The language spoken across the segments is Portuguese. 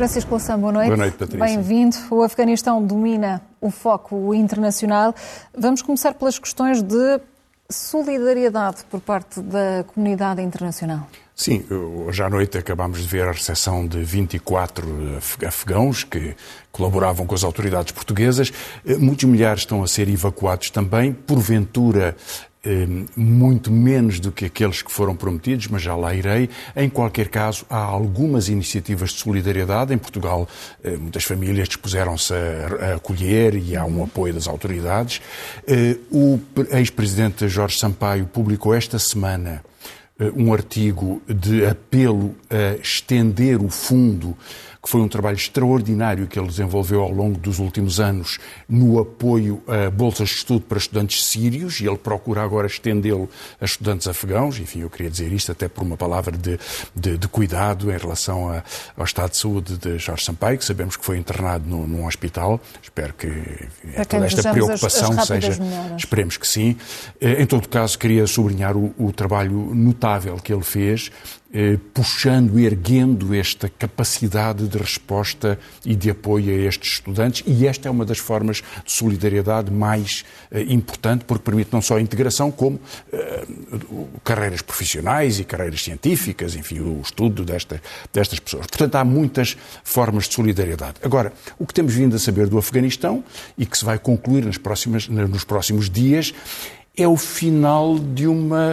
Francisco Louçã, boa noite. Boa noite, Patrícia. Bem-vindo. O Afeganistão domina o foco internacional. Vamos começar pelas questões de solidariedade por parte da comunidade internacional. Sim, hoje à noite acabámos de ver a recepção de 24 afegãos que colaboravam com as autoridades portuguesas. Muitos milhares estão a ser evacuados também, porventura muito menos do que aqueles que foram prometidos, mas já lá irei. Em qualquer caso, há algumas iniciativas de solidariedade. Em Portugal, muitas famílias dispuseram-se a acolher e há um apoio das autoridades. O ex-presidente Jorge Sampaio publicou esta semana um artigo de apelo a estender o fundo, que foi um trabalho extraordinário que ele desenvolveu ao longo dos últimos anos no apoio a bolsas de estudo para estudantes sírios, e ele procura agora estendê-lo a estudantes afegãos. Enfim, eu queria dizer isto até por uma palavra de cuidado em relação ao estado de saúde de Jorge Sampaio, que sabemos que foi internado num hospital. Espero que toda esta preocupação seja... Esperemos que sim. Em todo caso, queria sublinhar o trabalho notável que ele fez, puxando, erguendo esta capacidade de resposta e de apoio a estes estudantes, e esta é uma das formas de solidariedade mais importante, porque permite não só a integração, como carreiras profissionais e carreiras científicas, enfim, o estudo destas pessoas. Portanto, há muitas formas de solidariedade. Agora, o que temos vindo a saber do Afeganistão, e que se vai concluir nos próximos dias, é o final de uma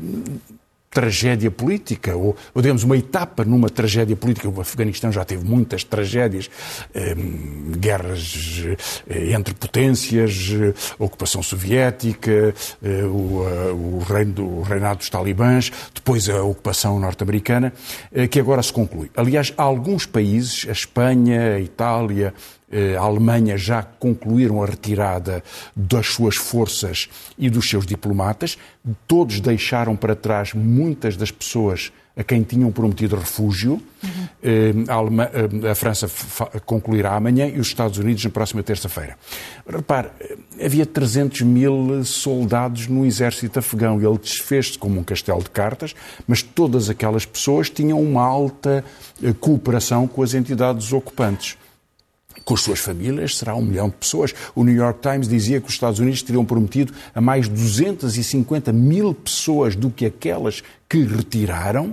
tragédia política, ou digamos uma etapa numa tragédia política. O Afeganistão já teve muitas tragédias, guerras entre potências, ocupação soviética, o reinado dos talibãs, depois a ocupação norte-americana, que agora se conclui. Aliás, alguns países, a Espanha, a Itália, a Alemanha, já concluíram a retirada das suas forças e dos seus diplomatas. Todos deixaram para trás muitas das pessoas a quem tinham prometido refúgio. A França concluirá amanhã e os Estados Unidos na próxima terça-feira. Repare, havia 300 mil soldados no exército afegão. Ele desfez-se como um castelo de cartas, mas todas aquelas pessoas tinham uma alta cooperação com as entidades ocupantes. Com as suas famílias, será 1 milhão de pessoas. O New York Times dizia que os Estados Unidos teriam prometido a mais 250 mil pessoas do que aquelas que retiraram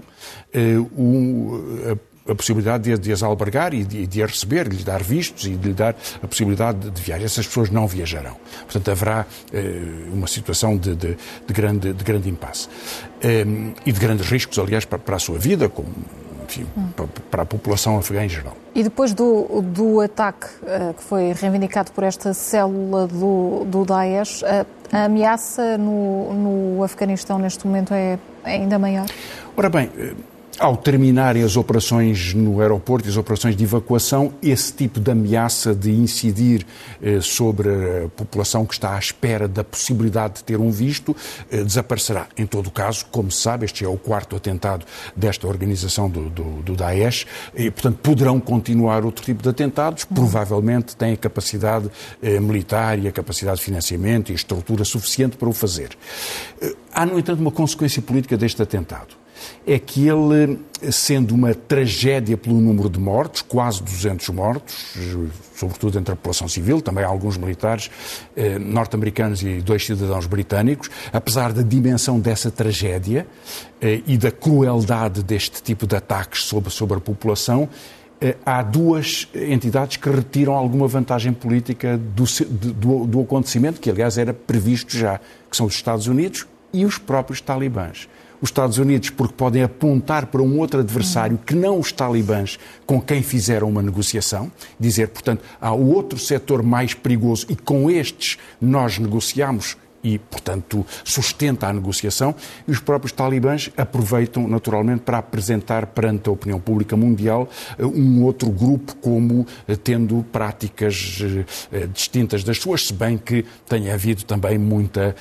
a possibilidade de as albergar e de as receber, de lhes dar vistos e de lhe dar a possibilidade de viagem. Essas pessoas não viajarão. Portanto, haverá uma situação de grande impasse. E de grandes riscos, aliás, para a sua vida, como, enfim, para a população afegã em geral. E depois do ataque que foi reivindicado por esta célula do Daesh, a ameaça no Afeganistão neste momento é ainda maior? Ora bem, ao terminarem as operações no aeroporto e as operações de evacuação, esse tipo de ameaça de incidir sobre a população que está à espera da possibilidade de ter um visto desaparecerá. Em todo o caso, como se sabe, este é o 4º atentado desta organização do Daesh e, portanto, poderão continuar outro tipo de atentados. Provavelmente têm a capacidade militar e a capacidade de financiamento e estrutura suficiente para o fazer. Há, no entanto, uma consequência política deste atentado. É que ele, sendo uma tragédia pelo número de mortos, quase 200 mortos, sobretudo entre a população civil, também há alguns militares norte-americanos e 2 cidadãos britânicos, apesar da dimensão dessa tragédia e da crueldade deste tipo de ataques sobre a população, há 2 entidades que retiram alguma vantagem política do acontecimento, que aliás era previsto já, que são os Estados Unidos e os próprios talibãs. Os Estados Unidos, porque podem apontar para um outro adversário que não os talibãs com quem fizeram uma negociação, dizer, portanto, há outro setor mais perigoso e com estes nós negociamos e, portanto, sustenta a negociação, e os próprios talibãs aproveitam, naturalmente, para apresentar perante a opinião pública mundial um outro grupo como tendo práticas distintas das suas, se bem que tenha havido também muita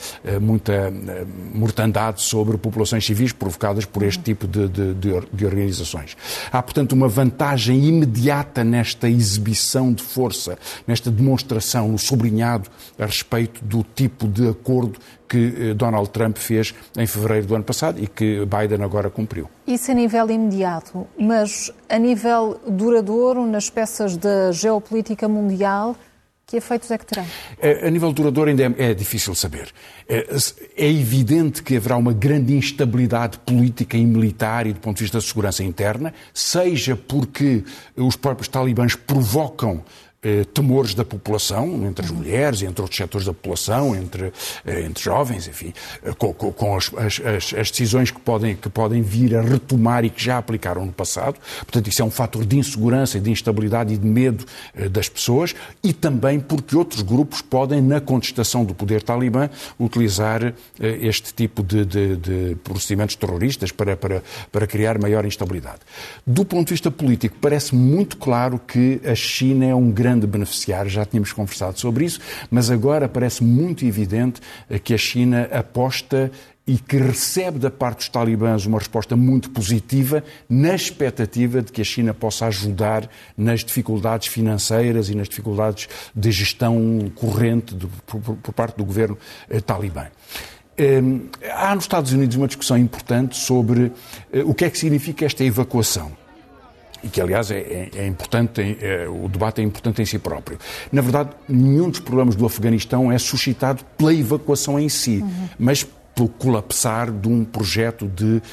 mortandade sobre populações civis provocadas por este tipo de organizações. Há, portanto, uma vantagem imediata nesta exibição de força, nesta demonstração, no sublinhado a respeito do tipo de acordo acordo que Donald Trump fez em fevereiro do ano passado e que Biden agora cumpriu. Isso a nível imediato, mas a nível duradouro, nas peças da geopolítica mundial, que efeitos é que terá? A nível duradouro ainda é difícil saber. É evidente que haverá uma grande instabilidade política e militar e do ponto de vista da segurança interna, seja porque os próprios talibãs provocam temores da população, entre as mulheres e entre outros setores da população, entre jovens, enfim, com as decisões que podem vir a retomar e que já aplicaram no passado. Portanto, isso é um fator de insegurança, de instabilidade e de medo das pessoas, e também porque outros grupos podem, na contestação do poder talibã, utilizar este tipo de procedimentos terroristas para criar maior instabilidade. Do ponto de vista político, parece muito claro que a China é um grande beneficiário, já tínhamos conversado sobre isso, mas agora parece muito evidente que a China aposta e que recebe da parte dos talibãs uma resposta muito positiva, na expectativa de que a China possa ajudar nas dificuldades financeiras e nas dificuldades de gestão corrente por parte do governo talibã. Há nos Estados Unidos uma discussão importante sobre o que é que significa esta evacuação. E que, aliás, é importante, o debate é importante em si próprio. Na verdade, nenhum dos problemas do Afeganistão é suscitado pela evacuação em si, mas pelo colapsar de um projeto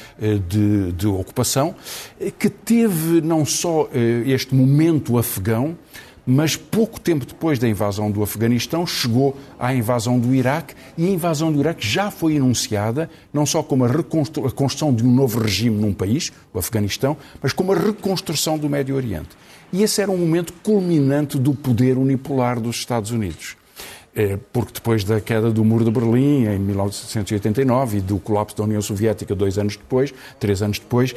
de ocupação que teve não só este momento afegão, mas pouco tempo depois da invasão do Afeganistão chegou à invasão do Iraque, e a invasão do Iraque já foi enunciada não só como a construção de um novo regime num país, o Afeganistão, mas como a reconstrução do Médio Oriente. E esse era um momento culminante do poder unipolar dos Estados Unidos. Porque depois da queda do Muro de Berlim, em 1989, e do colapso da União Soviética 3 anos depois,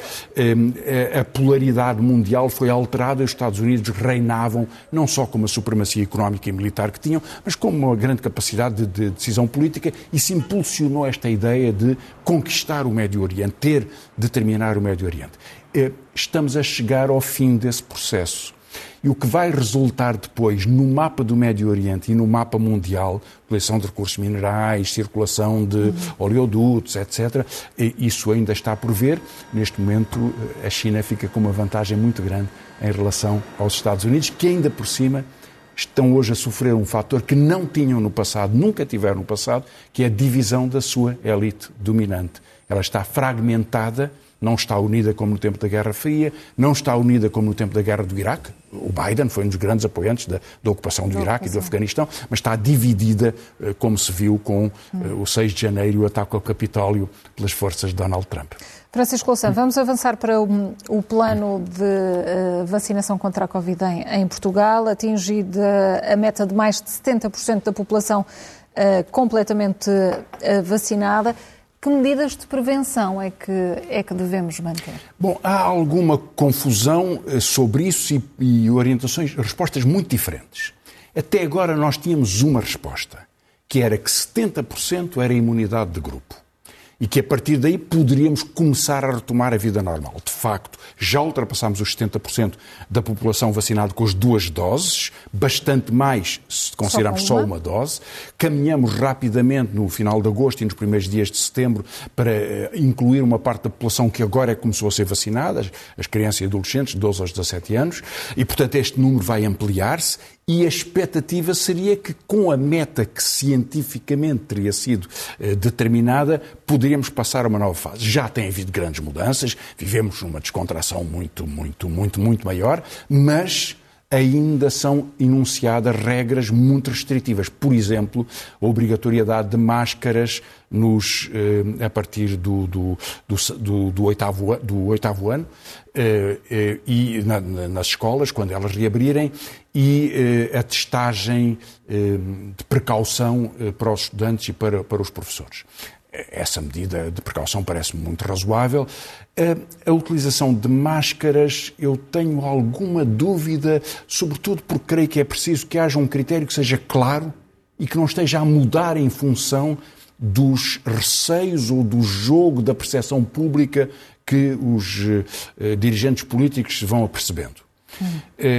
a polaridade mundial foi alterada e os Estados Unidos reinavam não só com uma supremacia económica e militar que tinham, mas com uma grande capacidade de decisão política, e se impulsionou esta ideia de conquistar o Médio Oriente, determinar o Médio Oriente. Estamos a chegar ao fim desse processo. E o que vai resultar depois no mapa do Médio Oriente e no mapa mundial, utilização de recursos minerais, circulação de oleodutos, etc., isso ainda está por ver. Neste momento, a China fica com uma vantagem muito grande em relação aos Estados Unidos, que ainda por cima estão hoje a sofrer um fator que não tinham no passado, nunca tiveram no passado, que é a divisão da sua elite dominante. Ela está fragmentada, não está unida como no tempo da Guerra Fria, não está unida como no tempo da Guerra do Iraque. O Biden foi um dos grandes apoiantes da ocupação do Iraque e do Afeganistão, mas está dividida, como se viu com o 6 de janeiro e o ataque ao Capitólio pelas forças de Donald Trump. Francisco Louçã, vamos avançar para o plano de vacinação contra a Covid em Portugal, atingida a meta de mais de 70% da população completamente vacinada. Que medidas de prevenção é que devemos manter? Bom, há alguma confusão sobre isso e respostas muito diferentes. Até agora nós tínhamos uma resposta, que era que 70% era a imunidade de grupo. E que a partir daí poderíamos começar a retomar a vida normal. De facto, já ultrapassámos os 70% da população vacinada com as 2 doses, bastante mais se considerarmos só uma dose. Caminhamos rapidamente no final de agosto e nos primeiros dias de setembro para incluir uma parte da população que agora começou a ser vacinada, as crianças e adolescentes de 12 aos 17 anos, e portanto este número vai ampliar-se. E a expectativa seria que, com a meta que cientificamente teria sido determinada, poderíamos passar a uma nova fase. Já tem havido grandes mudanças, vivemos numa descontração muito maior, mas ainda são enunciadas regras muito restritivas. Por exemplo, a obrigatoriedade de máscaras a partir do 8º ano e nas escolas, quando elas reabrirem, e a testagem de precaução para os estudantes e para os professores. Essa medida de precaução parece-me muito razoável. A utilização de máscaras, eu tenho alguma dúvida, sobretudo porque creio que é preciso que haja um critério que seja claro e que não esteja a mudar em função dos receios ou do jogo da percepção pública que os dirigentes políticos vão apercebendo.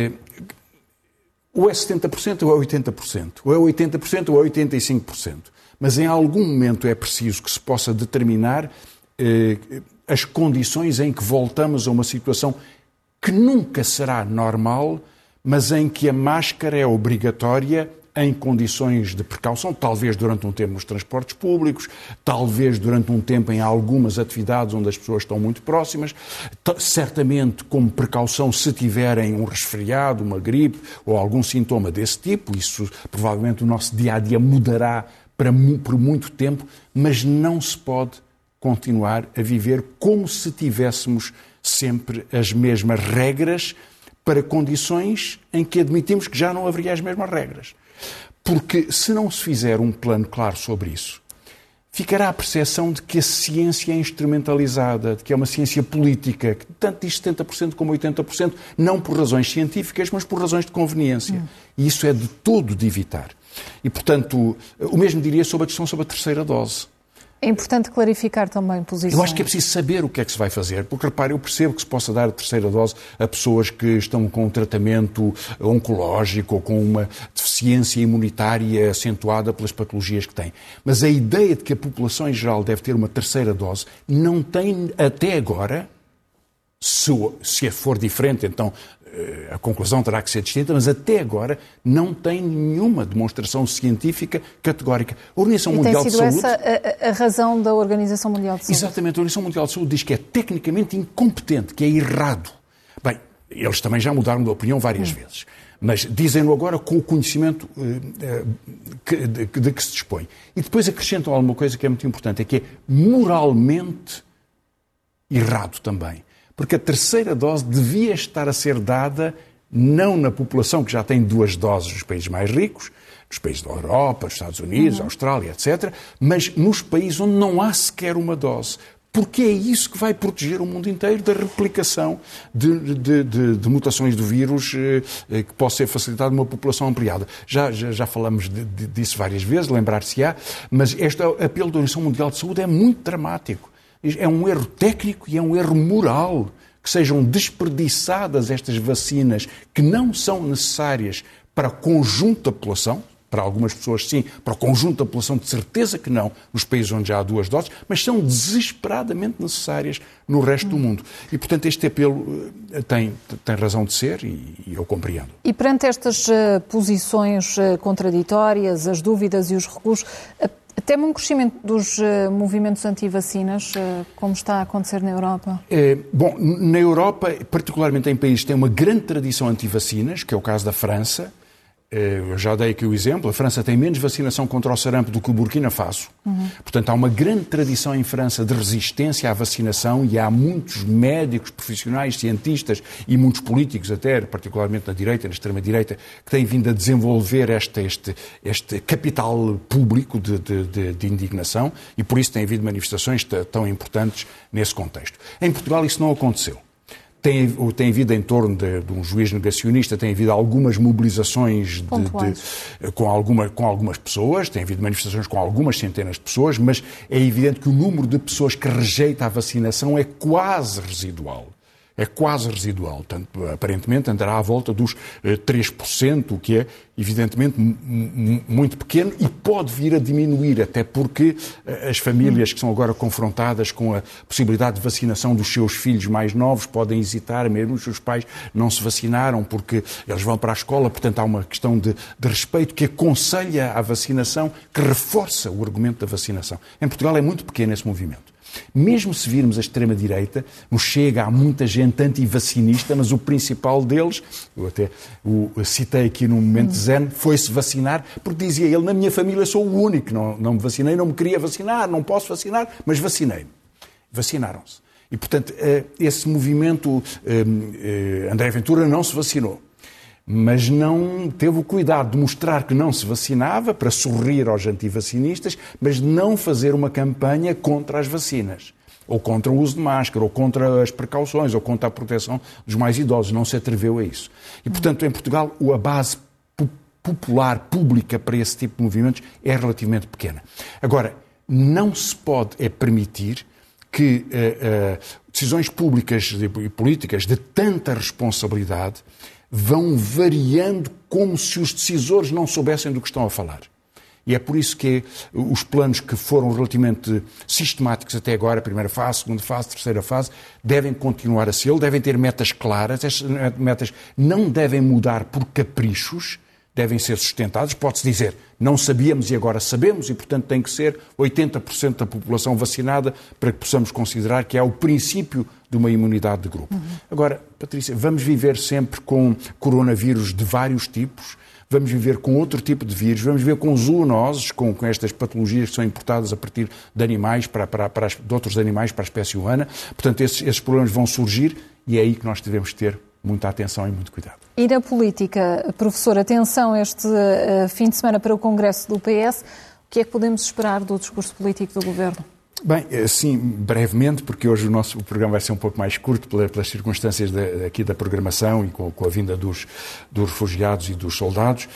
Ou é 70% ou é 80%, ou é 80% ou é 85%. mas em algum momento é preciso que se possa determinar as condições em que voltamos a uma situação que nunca será normal, mas em que a máscara é obrigatória em condições de precaução, talvez durante um tempo nos transportes públicos, talvez durante um tempo em algumas atividades onde as pessoas estão muito próximas, certamente como precaução se tiverem um resfriado, uma gripe ou algum sintoma desse tipo. Isso provavelmente o nosso dia-a-dia mudará por muito tempo, mas não se pode continuar a viver como se tivéssemos sempre as mesmas regras para condições em que admitimos que já não haveria as mesmas regras. Porque se não se fizer um plano claro sobre isso, ficará a percepção de que a ciência é instrumentalizada, de que é uma ciência política, que tanto diz 70% como 80%, não por razões científicas, mas por razões de conveniência. E isso é de todo de evitar. E, portanto, o mesmo diria sobre a questão sobre a terceira dose. É importante clarificar também posições. Eu acho que é preciso saber o que é que se vai fazer, porque, repare, eu percebo que se possa dar a terceira dose a pessoas que estão com um tratamento oncológico ou com uma deficiência imunitária acentuada pelas patologias que têm. Mas a ideia de que a população em geral deve ter uma terceira dose não tem, até agora, se for diferente, então a conclusão terá que ser distinta, mas até agora não tem nenhuma demonstração científica categórica. A Organização Mundial de Saúde... E tem sido essa a razão da Organização Mundial de Saúde? Exatamente, a Organização Mundial de Saúde diz que é tecnicamente incompetente, que é errado. Bem, eles também já mudaram de opinião várias vezes, mas dizem-no agora com o conhecimento de que se dispõe. E depois acrescentam alguma coisa que é muito importante, é que é moralmente errado também. Porque a terceira dose devia estar a ser dada não na população que já tem 2 doses nos países mais ricos, nos países da Europa, nos Estados Unidos, Austrália, etc., mas nos países onde não há sequer uma dose. Porque é isso que vai proteger o mundo inteiro da replicação de mutações do vírus que possa ser facilitado numa população ampliada. Já falamos disso várias vezes, lembrar-se-á, mas este apelo da Organização Mundial de Saúde é muito dramático. É um erro técnico e é um erro moral que sejam desperdiçadas estas vacinas que não são necessárias para o conjunto da população, para algumas pessoas sim, para o conjunto da população de certeza que não, nos países onde já há 2 doses, mas são desesperadamente necessárias no resto do mundo. E, portanto, este apelo tem razão de ser e eu compreendo. E perante estas posições contraditórias, as dúvidas e os recuos, teme um crescimento dos movimentos anti-vacinas, como está a acontecer na Europa? Bom, na Europa, particularmente em países que têm uma grande tradição anti-vacinas, que é o caso da França, eu já dei aqui o exemplo, a França tem menos vacinação contra o sarampo do que o Burkina Faso. Portanto, há uma grande tradição em França de resistência à vacinação e há muitos médicos, profissionais, cientistas e muitos políticos até, particularmente na direita, na extrema-direita, que têm vindo a desenvolver este capital público de indignação e por isso tem havido manifestações tão importantes nesse contexto. Em Portugal isso não aconteceu. Tem havido em torno de um juiz negacionista, tem havido algumas mobilizações com algumas pessoas, tem havido manifestações com algumas centenas de pessoas, mas é evidente que o número de pessoas que rejeita a vacinação é quase residual. É quase residual. Portanto, aparentemente andará à volta dos 3%, o que é, evidentemente, muito pequeno e pode vir a diminuir, até porque as famílias que são agora confrontadas com a possibilidade de vacinação dos seus filhos mais novos podem hesitar, mesmo os seus pais não se vacinaram porque eles vão para a escola, portanto há uma questão de respeito que aconselha a vacinação, que reforça o argumento da vacinação. Em Portugal é muito pequeno esse movimento. Mesmo se virmos a extrema-direita, no Chega há muita gente anti-vacinista, mas o principal deles, eu até o citei aqui num momento zen, foi-se vacinar, porque dizia ele, na minha família sou o único, não me vacinei, não me queria vacinar, não posso vacinar, mas vacinei-me. Vacinaram-se. E, portanto, esse movimento, André Ventura não se vacinou. Mas não teve o cuidado de mostrar que não se vacinava para sorrir aos antivacinistas, mas de não fazer uma campanha contra as vacinas, ou contra o uso de máscara, ou contra as precauções, ou contra a proteção dos mais idosos. Não se atreveu a isso. E, portanto, em Portugal, a base popular, pública para esse tipo de movimentos é relativamente pequena. Agora, não se pode permitir que decisões públicas e políticas de tanta responsabilidade vão variando como se os decisores não soubessem do que estão a falar. E é por isso que os planos que foram relativamente sistemáticos até agora, primeira fase, segunda fase, terceira fase, devem continuar a ser, devem ter metas claras, estas metas não devem mudar por caprichos, devem ser sustentados. Pode-se dizer, não sabíamos e agora sabemos, e portanto tem que ser 80% da população vacinada para que possamos considerar que é o princípio de uma imunidade de grupo. Agora, Patrícia, vamos viver sempre com coronavírus de vários tipos, vamos viver com outro tipo de vírus, vamos viver com zoonoses, com estas patologias que são importadas a partir de animais, de outros animais para a espécie humana. Portanto, esses problemas vão surgir e é aí que nós devemos ter muita atenção e muito cuidado. E na política, professor, atenção este fim de semana para o Congresso do PS. O que é que podemos esperar do discurso político do Governo? Bem, sim, brevemente, porque hoje o programa vai ser um pouco mais curto pelas circunstâncias aqui da programação e com a vinda dos refugiados e dos soldados.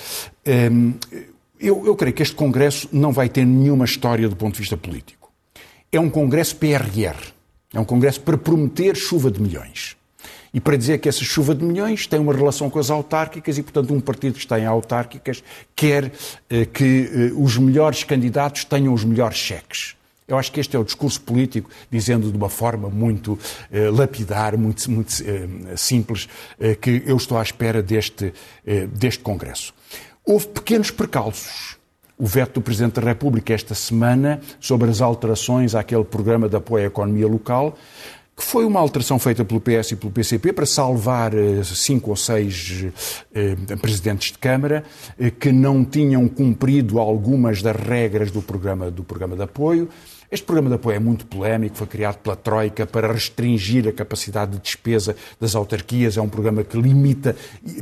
Eu creio que este Congresso não vai ter nenhuma história do ponto de vista político. É um Congresso PRR. É um Congresso para prometer chuva de milhões. E para dizer que essa chuva de milhões tem uma relação com as autárquicas e, portanto, um partido que está em autárquicas quer que os melhores candidatos tenham os melhores cheques. Eu acho que este é o discurso político, dizendo de uma forma muito lapidar, muito simples, que eu estou à espera deste Congresso. Houve pequenos percalços. O veto do Presidente da República esta semana sobre as alterações àquele programa de apoio à economia local, que foi uma alteração feita pelo PS e pelo PCP para salvar 5 ou 6 presidentes de Câmara que não tinham cumprido algumas das regras do programa de apoio. Este programa de apoio é muito polémico, foi criado pela Troika para restringir a capacidade de despesa das autarquias, é um programa que limita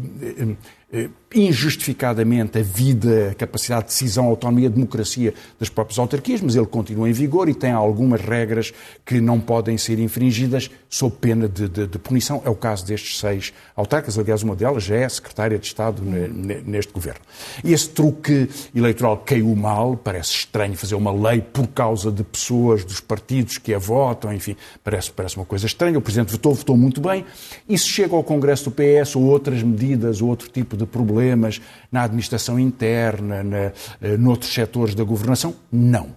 injustificadamente a vida, a capacidade de decisão, a autonomia, a democracia das próprias autarquias, mas ele continua em vigor e tem algumas regras que não podem ser infringidas sob pena de punição. É o caso destes 6 autarcas, aliás, uma delas já é secretária de Estado neste governo. E esse truque eleitoral caiu mal, parece estranho fazer uma lei por causa de pessoas, dos partidos que a votam, enfim, parece uma coisa estranha. O Presidente votou muito bem. Isso chega ao Congresso do PS ou outras medidas, ou outro tipo de problemas na administração interna, noutros setores da governação? Não.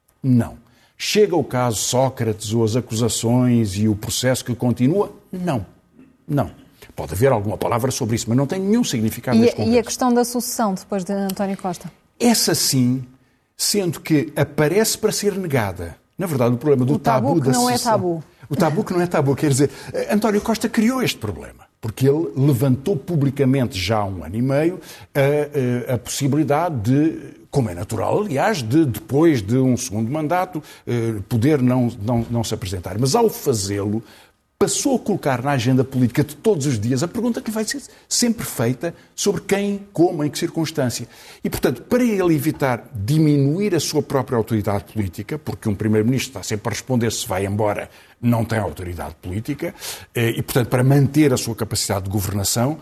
Chega o caso Sócrates ou as acusações e o processo que continua? Não. Pode haver alguma palavra sobre isso, mas não tem nenhum significado neste Congresso. E a questão da sucessão depois de António Costa? Essa sim, sendo que aparece para ser negada. Na verdade, o problema do tabu da sucessão... O tabu que não é tabu. O tabu que não é tabu, quer dizer, António Costa criou este problema, porque ele levantou publicamente já há 1 ano e meio a possibilidade de, como é natural, aliás, de depois de um segundo mandato poder não se apresentar. Mas ao fazê-lo, passou a colocar na agenda política de todos os dias a pergunta que lhe vai ser sempre feita sobre quem, como, em que circunstância. E, portanto, para ele evitar diminuir a sua própria autoridade política, porque um Primeiro-Ministro está sempre a responder se vai embora, não tem autoridade política, e, portanto, para manter a sua capacidade de governação,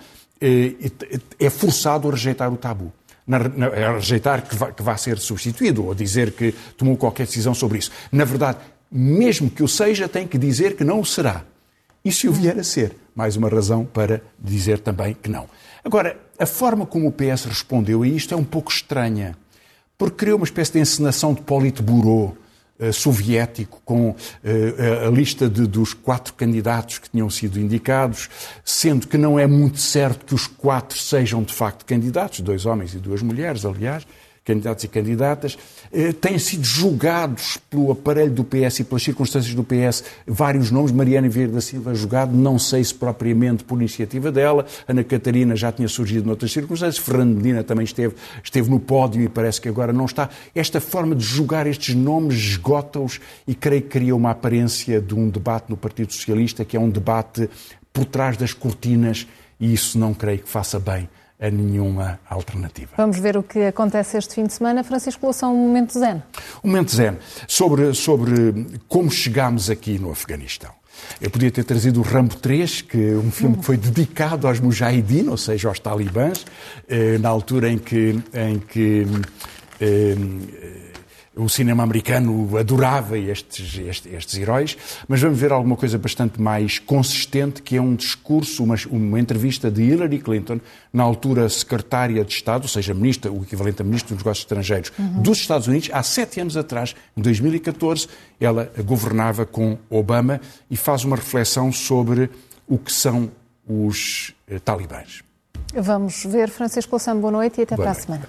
é forçado a rejeitar o tabu. A rejeitar que vá ser substituído, ou a dizer que tomou qualquer decisão sobre isso. Na verdade, mesmo que o seja, tem que dizer que não o será. E se o vier a ser, mais uma razão para dizer também que não. Agora, a forma como o PS respondeu a isto é um pouco estranha, porque criou uma espécie de encenação de Politburo soviético com a lista dos 4 candidatos que tinham sido indicados, sendo que não é muito certo que os 4 sejam de facto candidatos, 2 homens e 2 mulheres, aliás, candidatos e candidatas, têm sido julgados pelo aparelho do PS e pelas circunstâncias do PS vários nomes. Mariana Vieira da Silva julgado, não sei se propriamente por iniciativa dela, Ana Catarina já tinha surgido noutras circunstâncias, Fernando Medina também esteve no pódio e parece que agora não está. Esta forma de julgar estes nomes esgota-os e creio que cria uma aparência de um debate no Partido Socialista que é um debate por trás das cortinas e isso não creio que faça bem a nenhuma alternativa. Vamos ver o que acontece este fim de semana. Francisco Loução, um momento zen. Um momento zen sobre como chegámos aqui no Afeganistão. Eu podia ter trazido o Rambo 3, que é um filme que foi dedicado aos Mujahideen, ou seja, aos talibãs, na altura em que O cinema americano adorava estes heróis, mas vamos ver alguma coisa bastante mais consistente, que é um discurso, uma entrevista de Hillary Clinton, na altura secretária de Estado, ou seja, ministra, o equivalente a ministro dos Negócios Estrangeiros dos Estados Unidos, há 7 anos atrás, em 2014, ela governava com Obama e faz uma reflexão sobre o que são os talibãs. Vamos ver. Francisco Louçã, boa noite e até para a semana.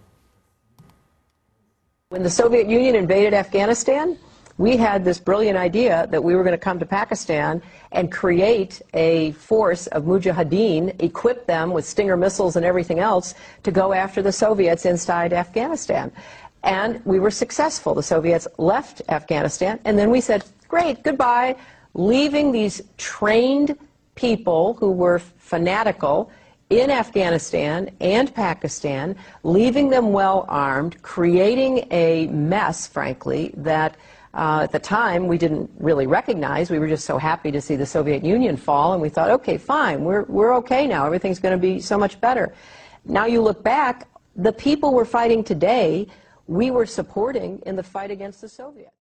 When the Soviet Union invaded Afghanistan, we had this brilliant idea that we were going to come to Pakistan and create a force of mujahideen, equip them with Stinger missiles and everything else to go after the Soviets inside Afghanistan. And we were successful. The Soviets left Afghanistan, and then we said, great, goodbye, leaving these trained people who were fanatical in Afghanistan and Pakistan, leaving them well armed, creating a mess, frankly, that at the time we didn't really recognize. We were just so happy to see the Soviet Union fall, and we thought, okay, fine, we're okay now. Everything's going to be so much better. Now you look back, the people we're fighting today, we were supporting in the fight against the Soviets.